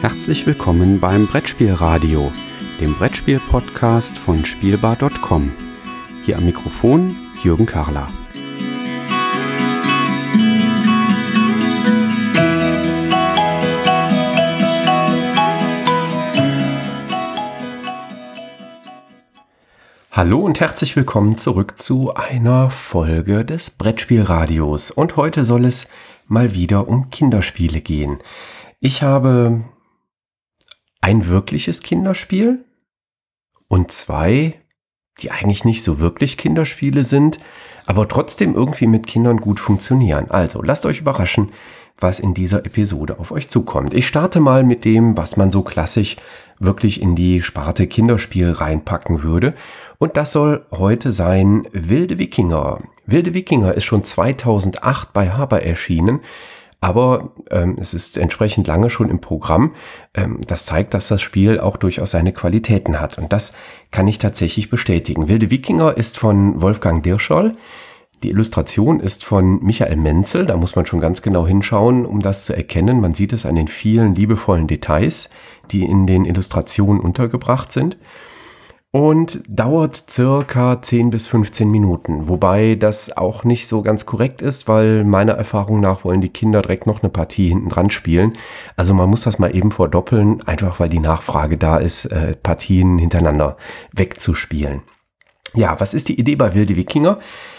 Herzlich willkommen beim Brettspielradio, dem Brettspiel-Podcast von Spielbar.com. Hier am Mikrofon Jürgen Karler. Hallo und herzlich willkommen zurück zu einer Folge des Brettspielradios. Und heute soll es mal wieder um Kinderspiele gehen. Ich habe ein wirkliches Kinderspiel und zwei, die eigentlich nicht so wirklich Kinderspiele sind, aber trotzdem irgendwie mit Kindern gut funktionieren. Also lasst euch überraschen, was in dieser Episode auf euch zukommt. Ich starte mal mit dem, was man so klassisch wirklich in die Sparte Kinderspiel reinpacken würde. Und das soll heute sein Wilde Wikinger. Wilde Wikinger ist schon 2008 bei Haber erschienen. Aber es ist entsprechend lange schon im Programm. Das zeigt, dass das Spiel auch durchaus seine Qualitäten hat. Und das kann ich tatsächlich bestätigen. Wilde Wikinger ist von Wolfgang Dirschol. Die Illustration ist von Michael Menzel. Da muss man schon ganz genau hinschauen, um das zu erkennen. Man sieht es an den vielen liebevollen Details, die in den Illustrationen untergebracht sind. Und dauert circa 10 bis 15 Minuten, wobei das auch nicht so ganz korrekt ist, weil meiner Erfahrung nach wollen die Kinder direkt noch eine Partie hinten dran spielen. Also man muss das mal eben verdoppeln, einfach weil die Nachfrage da ist, Partien hintereinander wegzuspielen. Ja, was ist die Idee bei Wilde Wikinger?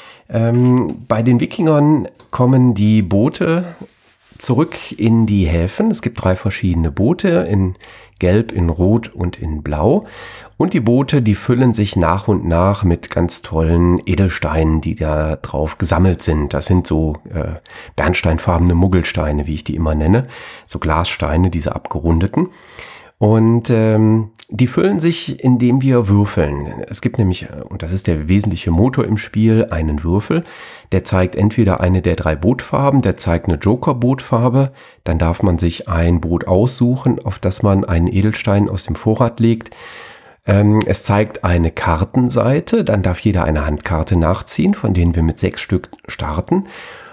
Bei den Wikingern kommen die Boote zurück in die Häfen. Es gibt 3 verschiedene Boote, in Gelb, in Rot und in Blau. Und die Boote, die füllen sich nach und nach mit ganz tollen Edelsteinen, die da drauf gesammelt sind. Das sind so bernsteinfarbene Muggelsteine, wie ich die immer nenne. So Glassteine, diese abgerundeten. Und die füllen sich, indem wir würfeln. Es gibt nämlich, und das ist der wesentliche Motor im Spiel, einen Würfel. Der zeigt entweder eine der 3 Bootfarben, der zeigt eine Joker-Bootfarbe. Dann darf man sich ein Boot aussuchen, auf das man einen Edelstein aus dem Vorrat legt. Es zeigt eine Kartenseite, dann darf jeder eine Handkarte nachziehen, von denen wir mit 6 Stück starten.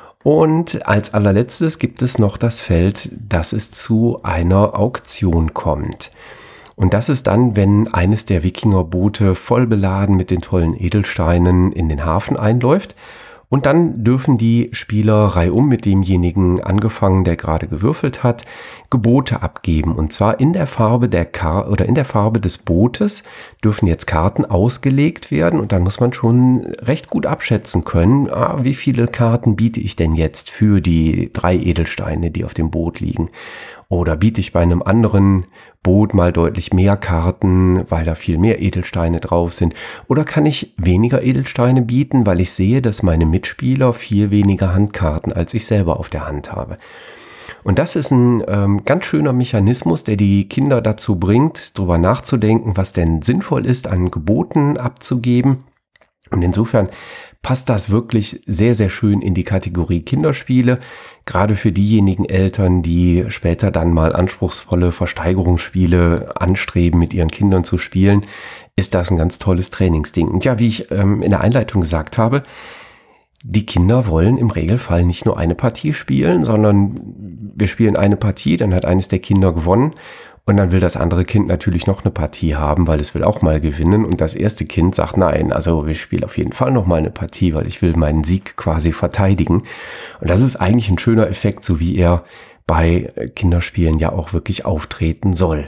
Und als allerletztes gibt es noch das Feld, dass es zu einer Auktion kommt. Und das ist dann, wenn eines der Wikingerboote voll beladen mit den tollen Edelsteinen in den Hafen einläuft. Und dann dürfen die Spieler reihum mit demjenigen angefangen, der gerade gewürfelt hat, Gebote abgeben. Und zwar in der Farbe in der Farbe des Bootes dürfen jetzt Karten ausgelegt werden. Und dann muss man schon recht gut abschätzen können, wie viele Karten biete ich denn jetzt für die 3 Edelsteine, die auf dem Boot liegen. Oder biete ich bei einem anderen Boot mal deutlich mehr Karten, weil da viel mehr Edelsteine drauf sind? Oder kann ich weniger Edelsteine bieten, weil ich sehe, dass meine Mitspieler viel weniger Handkarten als ich selber auf der Hand habe? Und das ist ein ganz schöner Mechanismus, der die Kinder dazu bringt, darüber nachzudenken, was denn sinnvoll ist, an Geboten abzugeben. Und insofern passt das wirklich sehr, sehr schön in die Kategorie Kinderspiele. Gerade für diejenigen Eltern, die später dann mal anspruchsvolle Versteigerungsspiele anstreben, mit ihren Kindern zu spielen, ist das ein ganz tolles Trainingsding. Und ja, wie ich in der Einleitung gesagt habe, die Kinder wollen im Regelfall nicht nur eine Partie spielen, sondern wir spielen eine Partie, dann hat eines der Kinder gewonnen. Und dann will das andere Kind natürlich noch eine Partie haben, weil es will auch mal gewinnen. Und das erste Kind sagt, nein, also wir spielen auf jeden Fall noch mal eine Partie, weil ich will meinen Sieg quasi verteidigen. Und das ist eigentlich ein schöner Effekt, so wie er bei Kinderspielen ja auch wirklich auftreten soll.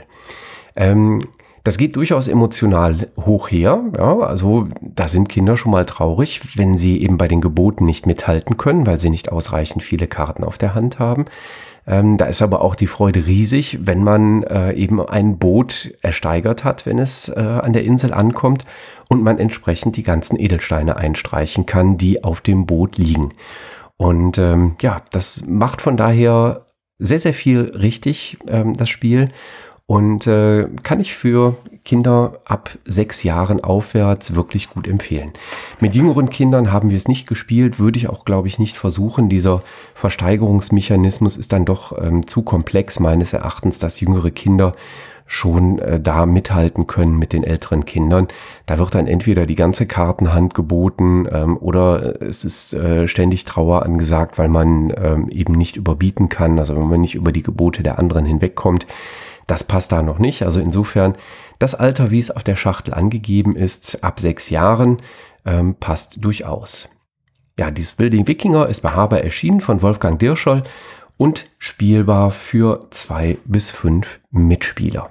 Das geht durchaus emotional hoch her. Ja, also da sind Kinder schon mal traurig, wenn sie eben bei den Geboten nicht mithalten können, weil sie nicht ausreichend viele Karten auf der Hand haben. Da ist aber auch die Freude riesig, wenn man eben ein Boot ersteigert hat, wenn es an der Insel ankommt und man entsprechend die ganzen Edelsteine einstreichen kann, die auf dem Boot liegen. Und ja, das macht von daher sehr, sehr viel richtig, das Spiel. Und kann ich für Kinder ab 6 Jahren aufwärts wirklich gut empfehlen. Mit jüngeren Kindern haben wir es nicht gespielt, würde ich auch, glaube ich, nicht versuchen. Dieser Versteigerungsmechanismus ist dann doch zu komplex meines Erachtens, dass jüngere Kinder schon da mithalten können mit den älteren Kindern. Da wird dann entweder die ganze Kartenhand geboten oder es ist ständig Trauer angesagt, weil man eben nicht überbieten kann. Also wenn man nicht über die Gebote der anderen hinwegkommt, Das passt da noch nicht. Also insofern, das Alter, wie es auf der Schachtel angegeben ist, ab 6 Jahren, passt durchaus. Ja, dieses Wilde Wikinger ist bei Haber erschienen von Wolfgang Dirschol und spielbar für 2 bis 5 Mitspieler.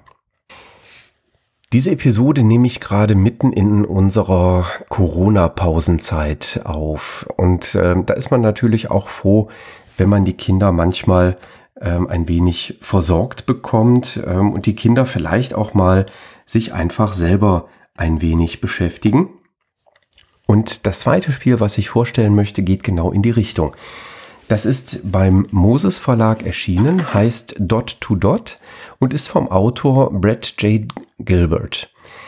Diese Episode nehme ich gerade mitten in unserer Corona-Pausenzeit auf. Und da ist man natürlich auch froh, wenn man die Kinder manchmal ein wenig versorgt bekommt und die Kinder vielleicht auch mal sich einfach selber ein wenig beschäftigen. Und das zweite Spiel, was ich vorstellen möchte, geht genau in die Richtung. Das ist beim Moses Verlag erschienen, heißt Dot to Dot und ist vom Autor Brett J. Gilbert.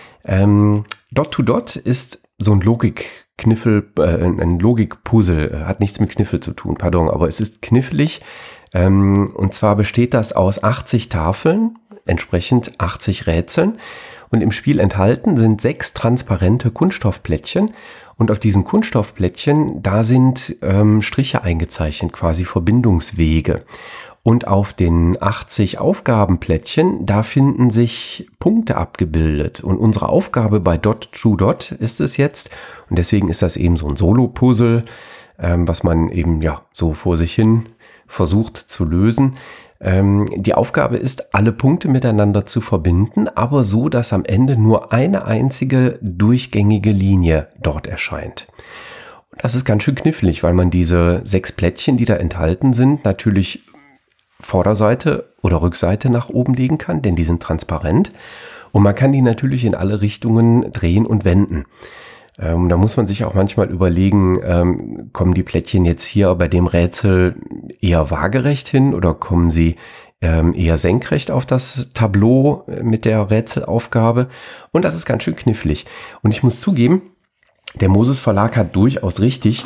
Dot to Dot ist so ein Logikkniffel, ein Logikpuzzle, hat nichts mit Kniffel zu tun, pardon, aber es ist knifflig. Und zwar besteht das aus 80 Tafeln, entsprechend 80 Rätseln. Und im Spiel enthalten sind 6 transparente Kunststoffplättchen. Und auf diesen Kunststoffplättchen, da sind Striche eingezeichnet, quasi Verbindungswege. Und auf den 80 Aufgabenplättchen, da finden sich Punkte abgebildet. Und unsere Aufgabe bei Dot to Dot ist es jetzt, und deswegen ist das eben so ein Solo-Puzzle, was man eben ja so vor sich hin versucht zu lösen. Die Aufgabe ist, alle Punkte miteinander zu verbinden, aber so, dass am Ende nur eine einzige durchgängige Linie dort erscheint. Und das ist ganz schön knifflig, weil man diese 6 Plättchen, die da enthalten sind, natürlich Vorderseite oder Rückseite nach oben legen kann, denn die sind transparent. Und man kann die natürlich in alle Richtungen drehen und wenden. Da muss man sich auch manchmal überlegen, kommen die Plättchen jetzt hier bei dem Rätsel eher waagerecht hin oder kommen sie eher senkrecht auf das Tableau mit der Rätselaufgabe? Und das ist ganz schön knifflig. Und ich muss zugeben, der Moses Verlag hat durchaus richtig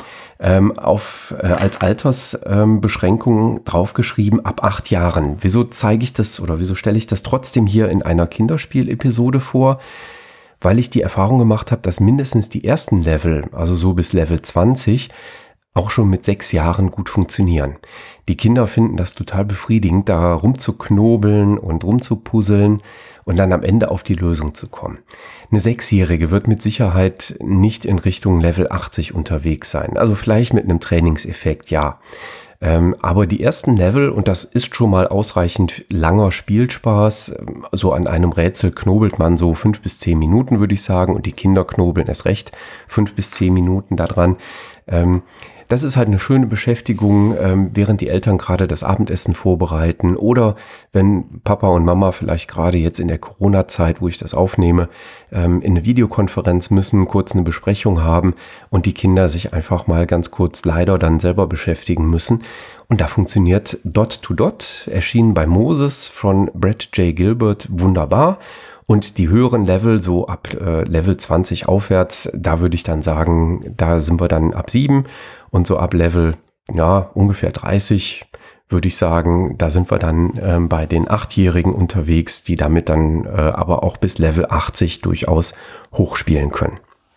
als Altersbeschränkung draufgeschrieben, ab 8 Jahren. Wieso zeige ich das oder wieso stelle ich das trotzdem hier in einer Kinderspiel-Episode vor? Weil ich die Erfahrung gemacht habe, dass mindestens die ersten Level, also so bis Level 20, auch schon mit 6 Jahren gut funktionieren. Die Kinder finden das total befriedigend, da rumzuknobeln und rumzupuzzeln und dann am Ende auf die Lösung zu kommen. Eine 6-Jährige wird mit Sicherheit nicht in Richtung Level 80 unterwegs sein. Also vielleicht mit einem Trainingseffekt, ja. Aber die ersten Level, und das ist schon mal ausreichend langer Spielspaß, so an einem Rätsel knobelt man so 5 bis 10 Minuten, würde ich sagen, und die Kinder knobeln erst recht 5 bis 10 Minuten daran. Das ist halt eine schöne Beschäftigung, während die Eltern gerade das Abendessen vorbereiten oder wenn Papa und Mama vielleicht gerade jetzt in der Corona-Zeit, wo ich das aufnehme, in eine Videokonferenz müssen, kurz eine Besprechung haben und die Kinder sich einfach mal ganz kurz leider dann selber beschäftigen müssen. Und da funktioniert Dot to Dot, erschienen bei Moses von Brett J. Gilbert, wunderbar. Und die höheren Level, so ab Level 20 aufwärts, da würde ich dann sagen, da sind wir dann ab 7 und so ab Level, ja, ungefähr 30 würde ich sagen, da sind wir dann bei den 8-Jährigen unterwegs, die damit dann aber auch bis Level 80 durchaus hochspielen können.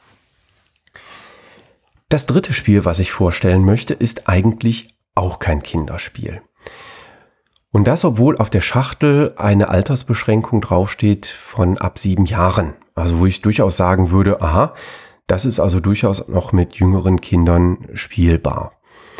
Das dritte Spiel, was ich vorstellen möchte, ist eigentlich auch kein Kinderspiel. Und das, obwohl auf der Schachtel eine Altersbeschränkung draufsteht von ab 7 Jahren. Also wo ich durchaus sagen würde, aha, das ist also durchaus noch mit jüngeren Kindern spielbar.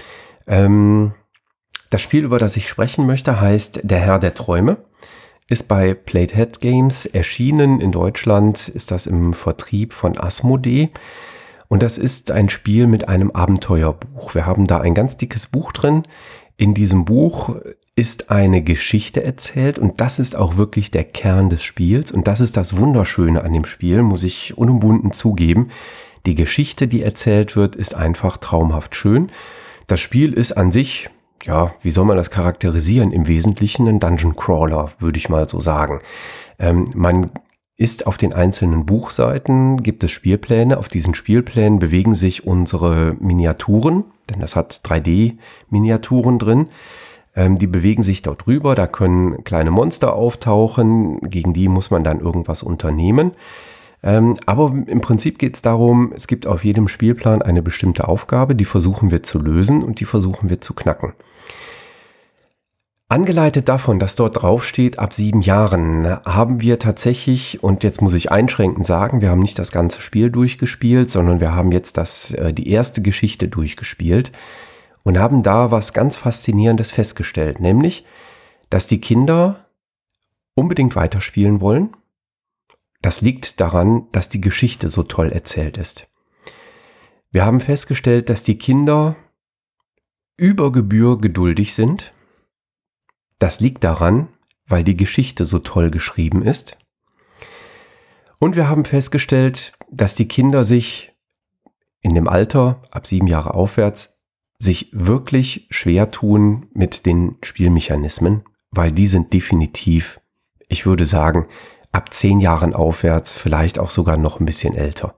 Das Spiel, über das ich sprechen möchte, heißt Der Herr der Träume. Ist bei Played Games erschienen. In Deutschland ist das im Vertrieb von Asmodee. Und das ist ein Spiel mit einem Abenteuerbuch. Wir haben da ein ganz dickes Buch drin. In diesem Buch ist eine Geschichte erzählt und das ist auch wirklich der Kern des Spiels und das ist das Wunderschöne an dem Spiel, muss ich unumwunden zugeben. Die Geschichte, die erzählt wird, ist einfach traumhaft schön. Das Spiel ist an sich, ja, wie soll man das charakterisieren? Im Wesentlichen ein Dungeon Crawler, würde ich mal so sagen. Man ist auf den einzelnen Buchseiten, gibt es Spielpläne. Auf diesen Spielplänen bewegen sich unsere Miniaturen, denn das hat 3D-Miniaturen drin. Die bewegen sich dort rüber, da können kleine Monster auftauchen, gegen die muss man dann irgendwas unternehmen. Aber im Prinzip geht es darum, es gibt auf jedem Spielplan eine bestimmte Aufgabe, die versuchen wir zu lösen und die versuchen wir zu knacken. Angeleitet davon, dass dort drauf steht, ab 7 Jahren, haben wir tatsächlich, und jetzt muss ich einschränkend sagen, wir haben nicht das ganze Spiel durchgespielt, sondern wir haben jetzt die erste Geschichte durchgespielt und haben da was ganz Faszinierendes festgestellt, nämlich, dass die Kinder unbedingt weiterspielen wollen. Das liegt daran, dass die Geschichte so toll erzählt ist. Wir haben festgestellt, dass die Kinder über Gebühr geduldig sind. Das liegt daran, weil die Geschichte so toll geschrieben ist. Und wir haben festgestellt, dass die Kinder sich in dem Alter, ab 7 Jahre aufwärts, sich wirklich schwer tun mit den Spielmechanismen, weil die sind definitiv, ich würde sagen, ab 10 Jahren aufwärts, vielleicht auch sogar noch ein bisschen älter.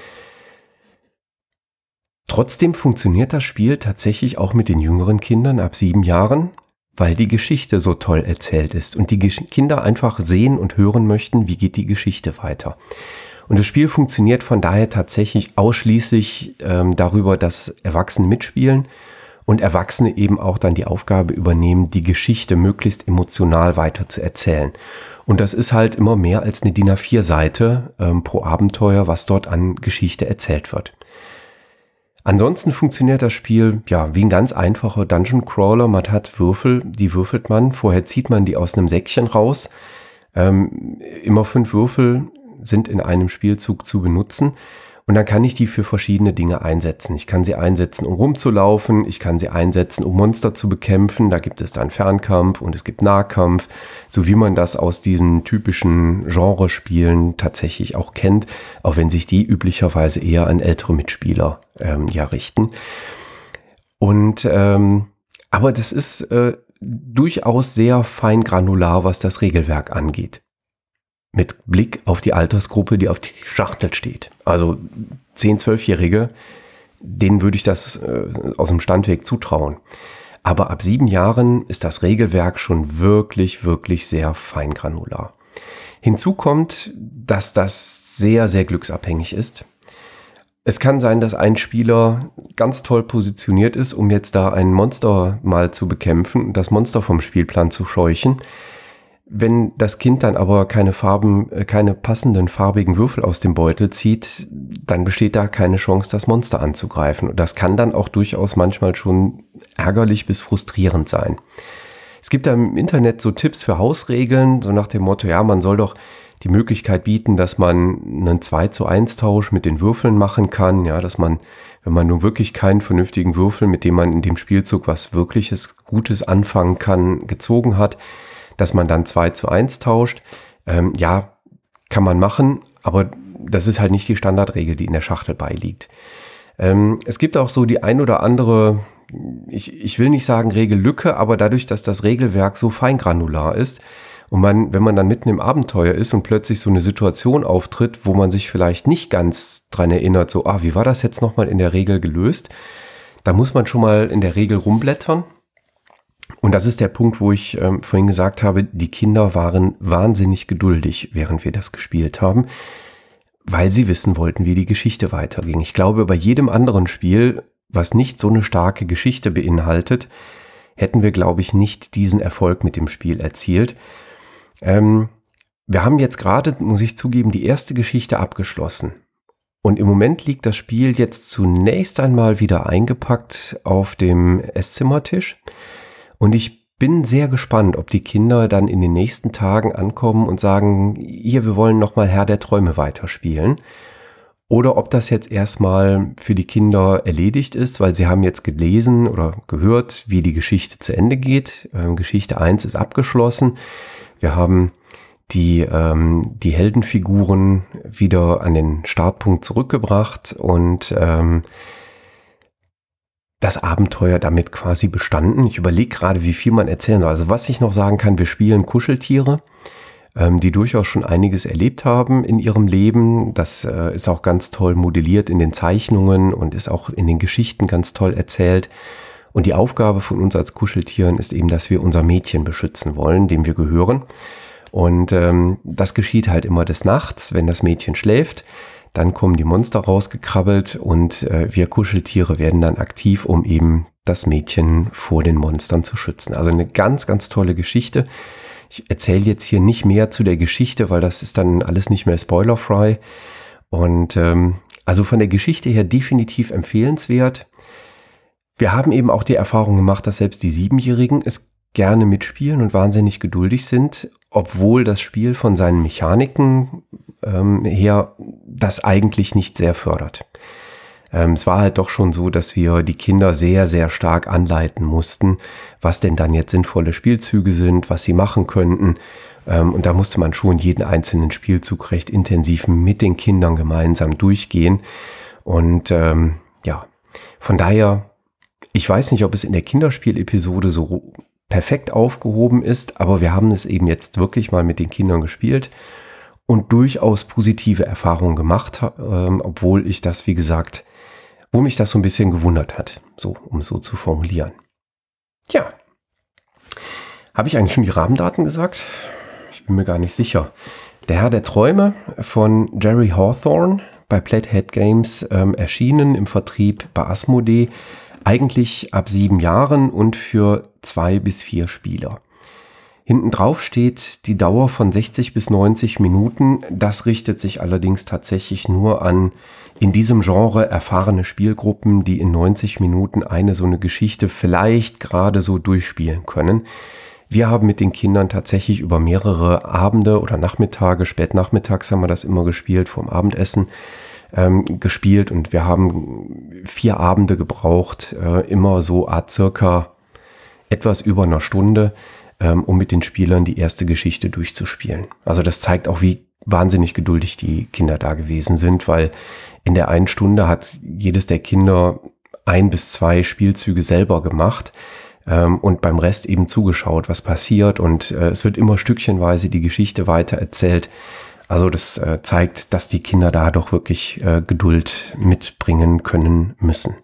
Trotzdem funktioniert das Spiel tatsächlich auch mit den jüngeren Kindern ab 7 Jahren, weil die Geschichte so toll erzählt ist und die Kinder einfach sehen und hören möchten, wie geht die Geschichte weiter. Und das Spiel funktioniert von daher tatsächlich ausschließlich darüber, dass Erwachsene mitspielen und Erwachsene eben auch dann die Aufgabe übernehmen, die Geschichte möglichst emotional weiter zu erzählen. Und das ist halt immer mehr als eine DIN A4-Seite pro Abenteuer, was dort an Geschichte erzählt wird. Ansonsten funktioniert das Spiel ja wie ein ganz einfacher Dungeon Crawler. Man hat Würfel, die würfelt man. Vorher zieht man die aus einem Säckchen raus. Immer 5 Würfel sind in einem Spielzug zu benutzen. Und dann kann ich die für verschiedene Dinge einsetzen. Ich kann sie einsetzen, um rumzulaufen. Ich kann sie einsetzen, um Monster zu bekämpfen. Da gibt es dann Fernkampf und es gibt Nahkampf, so wie man das aus diesen typischen Genrespielen tatsächlich auch kennt, auch wenn sich die üblicherweise eher an ältere Mitspieler richten. Und aber das ist durchaus sehr feingranular, was das Regelwerk angeht. Mit Blick auf die Altersgruppe, die auf die Schachtel steht. Also 10-, 12-Jährige, denen würde ich das aus dem Standweg zutrauen. Aber ab 7 Jahren ist das Regelwerk schon wirklich, wirklich sehr feingranular. Hinzu kommt, dass das sehr, sehr glücksabhängig ist. Es kann sein, dass ein Spieler ganz toll positioniert ist, um jetzt da ein Monster mal zu bekämpfen und das Monster vom Spielplan zu scheuchen. Wenn das Kind dann aber keine passenden farbigen Würfel aus dem Beutel zieht, dann besteht da keine Chance, das Monster anzugreifen. Und das kann dann auch durchaus manchmal schon ärgerlich bis frustrierend sein. Es gibt da im Internet so Tipps für Hausregeln, so nach dem Motto, ja, man soll doch die Möglichkeit bieten, dass man einen 2:1 Tausch mit den Würfeln machen kann, ja, dass man, wenn man nun wirklich keinen vernünftigen Würfel, mit dem man in dem Spielzug was wirkliches Gutes anfangen kann, gezogen hat, dass man dann 2:1 tauscht. Ja, kann man machen, aber das ist halt nicht die Standardregel, die in der Schachtel beiliegt. Es gibt auch so die ein oder andere, ich will nicht sagen Regellücke, aber dadurch, dass das Regelwerk so feingranular ist und wenn man dann mitten im Abenteuer ist und plötzlich so eine Situation auftritt, wo man sich vielleicht nicht ganz dran erinnert, so, wie war das jetzt nochmal in der Regel gelöst? Da muss man schon mal in der Regel rumblättern. Und das ist der Punkt, wo ich vorhin gesagt habe, die Kinder waren wahnsinnig geduldig, während wir das gespielt haben, weil sie wissen wollten, wie die Geschichte weiterging. Ich glaube, bei jedem anderen Spiel, was nicht so eine starke Geschichte beinhaltet, hätten wir, glaube ich, nicht diesen Erfolg mit dem Spiel erzielt. Wir haben jetzt gerade, muss ich zugeben, die erste Geschichte abgeschlossen. Und im Moment liegt das Spiel jetzt zunächst einmal wieder eingepackt auf dem Esszimmertisch. Und ich bin sehr gespannt, ob die Kinder dann in den nächsten Tagen ankommen und sagen, hier, wir wollen nochmal Herr der Träume weiterspielen. Oder ob das jetzt erstmal für die Kinder erledigt ist, weil sie haben jetzt gelesen oder gehört, wie die Geschichte zu Ende geht. Geschichte 1 ist abgeschlossen. Wir haben die Heldenfiguren wieder an den Startpunkt zurückgebracht und das Abenteuer damit quasi bestanden. Ich überlege gerade, wie viel man erzählen soll. Also was ich noch sagen kann, wir spielen Kuscheltiere, die durchaus schon einiges erlebt haben in ihrem Leben. Das ist auch ganz toll modelliert in den Zeichnungen und ist auch in den Geschichten ganz toll erzählt. Und die Aufgabe von uns als Kuscheltieren ist eben, dass wir unser Mädchen beschützen wollen, dem wir gehören. Und das geschieht halt immer des Nachts, wenn das Mädchen schläft. Dann kommen die Monster rausgekrabbelt und wir Kuscheltiere werden dann aktiv, um eben das Mädchen vor den Monstern zu schützen. Also eine ganz, ganz tolle Geschichte. Ich erzähle jetzt hier nicht mehr zu der Geschichte, weil das ist dann alles nicht mehr spoilerfrei. Und also von der Geschichte her definitiv empfehlenswert. Wir haben eben auch die Erfahrung gemacht, dass selbst die 7-Jährigen es gerne mitspielen und wahnsinnig geduldig sind, obwohl das Spiel von seinen Mechaniken her das eigentlich nicht sehr fördert. Es war halt doch schon so, dass wir die Kinder sehr, sehr stark anleiten mussten, was denn dann jetzt sinnvolle Spielzüge sind, was sie machen könnten. Und da musste man schon jeden einzelnen Spielzug recht intensiv mit den Kindern gemeinsam durchgehen. Und von daher, ich weiß nicht, ob es in der Kinderspielepisode so perfekt aufgehoben ist, aber wir haben es eben jetzt wirklich mal mit den Kindern gespielt und durchaus positive Erfahrungen gemacht, obwohl mich das so ein bisschen gewundert hat, so um so zu formulieren. Ja, habe ich eigentlich schon die Rahmendaten gesagt? Ich bin mir gar nicht sicher. Der Herr der Träume von Jerry Hawthorne bei Playhead Games erschienen im Vertrieb bei Asmodee, eigentlich ab 7 Jahren und für 2 bis 4 Spieler. Hinten drauf steht die Dauer von 60 bis 90 Minuten. Das richtet sich allerdings tatsächlich nur an in diesem Genre erfahrene Spielgruppen, die in 90 Minuten so eine Geschichte vielleicht gerade so durchspielen können. Wir haben mit den Kindern tatsächlich über mehrere Abende oder Nachmittage, spätnachmittags haben wir das immer gespielt, vorm Abendessen gespielt und wir haben 4 Abende gebraucht, immer so circa etwas über einer Stunde, um mit den Spielern die erste Geschichte durchzuspielen. Also das zeigt auch, wie wahnsinnig geduldig die Kinder da gewesen sind, weil in der 1 Stunde hat jedes der Kinder 1 bis 2 Spielzüge selber gemacht und beim Rest eben zugeschaut, was passiert und es wird immer stückchenweise die Geschichte weiter erzählt. Also das zeigt, dass die Kinder da doch wirklich Geduld mitbringen können müssen.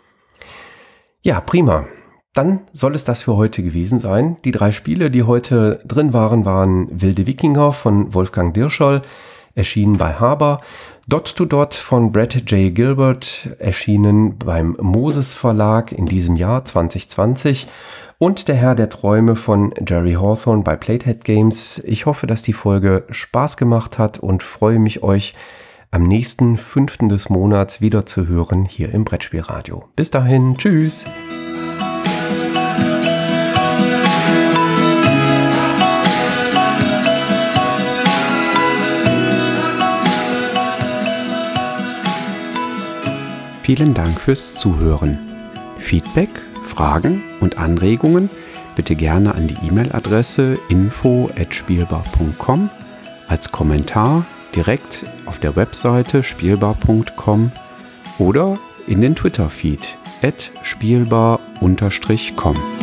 Ja, prima. Dann soll es das für heute gewesen sein. Die 3 Spiele, die heute drin waren, waren Wilde Wikinger von Wolfgang Dirschol, erschienen bei Haber, Dot to Dot von Brett J. Gilbert, erschienen beim Moses Verlag in diesem Jahr 2020 und Der Herr der Träume von Jerry Hawthorne bei Playhead Games. Ich hoffe, dass die Folge Spaß gemacht hat und freue mich, euch am nächsten 5. des Monats wieder zu hören hier im Brettspielradio. Bis dahin, tschüss! Vielen Dank fürs Zuhören. Feedback, Fragen und Anregungen bitte gerne an die E-Mail-Adresse info@spielbar.com, als Kommentar direkt auf der Webseite spielbar.com oder in den Twitter-Feed @spielbar_com.